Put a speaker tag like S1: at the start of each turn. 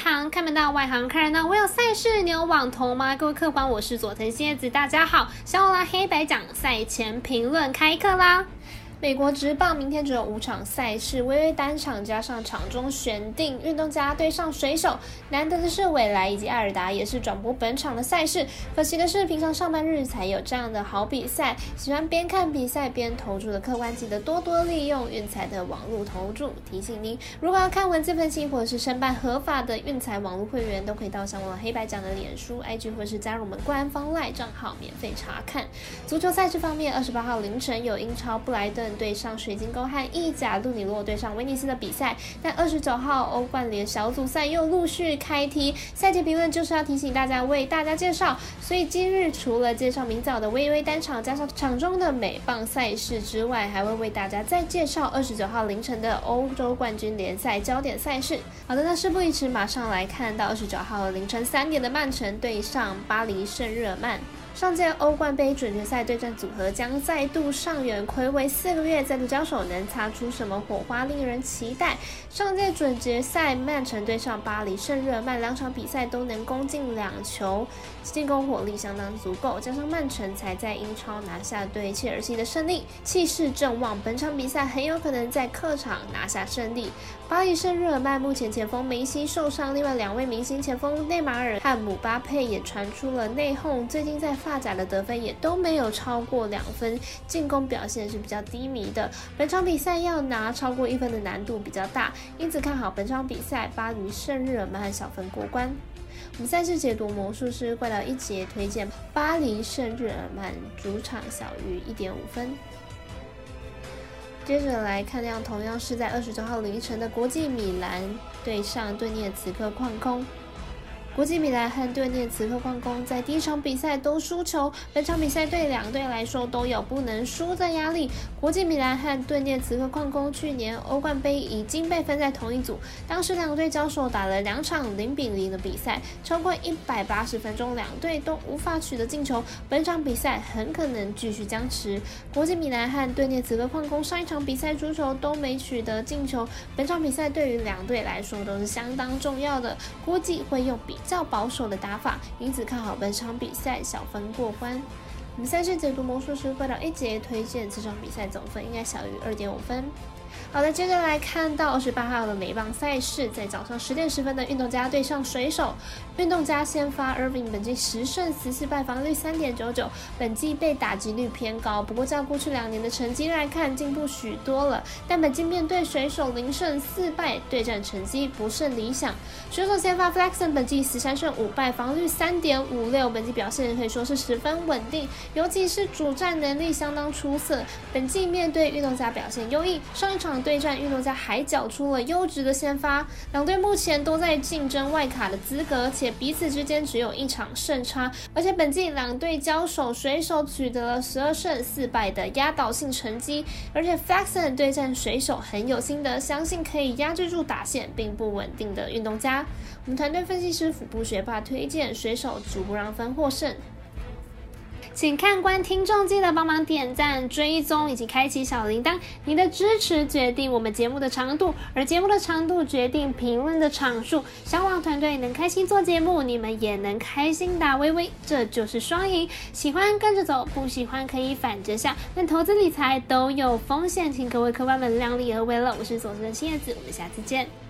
S1: 行，开门到外行，看热闹。我有赛事，你有网投吗？各位客官，我是佐藤蝎子，大家好。小欧拉黑白讲赛前评论开课啦。美国职棒明天只有5场赛事，微微单场加上场中选定，运动家对上水手。难得的是，未来以及艾尔达也是转播本场的赛事。可惜的是，平常上班日才有这样的好比赛。喜欢边看比赛边投注的客官，记得多多利用运彩的网络投注。提醒您，如果要看文字分析或者是申办合法的运彩网络会员，都可以到小欧拉黑白讲的脸书、IG 或是加入我们官方 LINE 账号免费查看。足球赛事方面，28号凌晨有英超布莱顿对上水晶宫和意甲路尼洛对上威尼斯的比赛，但29号欧冠联小组赛又陆续开踢。赛前评论就是要提醒大家为大家介绍，所以今日除了介绍明早的微微单场加上场中的美棒赛事之外，还会为大家再介绍29号凌晨的欧洲冠军联赛焦点赛事。好的，那事不宜迟，马上来看到29号凌晨3点的曼城对上巴黎圣日耳曼。上届欧冠杯准决赛对战组合将再度上演，睽违4个月再度交手，能擦出什么火花令人期待。上届准决赛曼城对上巴黎圣日耳曼，2场比赛都能攻进2球，进攻火力相当足够，加上曼城才在英超拿下对切尔西的胜利，气势正旺，本场比赛很有可能在客场拿下胜利。巴黎圣日耳曼目前前锋梅西受伤，另外2位明星前锋内马尔和姆巴佩也传出了内讧，最近在发甲的得分也都没有超过2分，进攻表现是比较低迷的。本场比赛要拿超过1分的难度比较大，因此看好本场比赛巴黎圣日耳曼小分过关。我们赛事解读魔术师怪盗一节推荐巴黎圣日耳曼主场小于1.5分。接着来看亮同样是在29号凌晨的国际米兰对上顿涅茨克矿工。国际米兰和顿涅茨克矿工在第一场比赛都输球，本场比赛对2队来说都有不能输的压力。国际米兰和顿涅茨克矿工去年欧冠杯已经被分在同一组，当时2队交手打了2场0-0的比赛，超过180分钟，2队都无法取得进球，本场比赛很可能继续僵持。国际米兰和顿涅茨克矿工上一场比赛出球都没取得进球，本场比赛对于2队来说都是相当重要的，估计会用比较保守的打法，因此看好本场比赛小分过关。我们赛事解读魔术师怪盗一节推荐这场比赛总分应该小于2.5分。好的，接着来看到28号的美棒赛事，在早上10点10分的运动家对上水手。运动家先发 Irving 本季10胜14败，防御率 3.99， 本季被打击率偏高，不过照过去2年的成绩来看进步许多了，但本季面对水手0胜4败，对战成绩不甚理想。水手先发 Flexen 本季13胜5败，防御率 3.56， 本季表现可以说是十分稳定，尤其是主战能力相当出色，本季面对运动家表现优异，上一场对战运动家还缴出了优质的先发，2队目前都在竞争外卡的资格，且彼此之间只有1场胜差，而且本季2队交手，水手取得了12胜4败的压倒性成绩，而且 Flexen 对战水手很有心得，相信可以压制住打线并不稳定的运动家。我们团队分析师腹部学霸推荐水手逐步让分获胜。请看官听众记得帮忙点赞、追踪以及开启小铃铛，你的支持决定我们节目的长度，而节目的长度决定评论的场数。小网团队能开心做节目，你们也能开心打微微，这就是双赢。喜欢跟着走，不喜欢可以反着下，但投资理财都有风险，请各位客官们量力而为了。我是佐藤蝎子，我们下次见。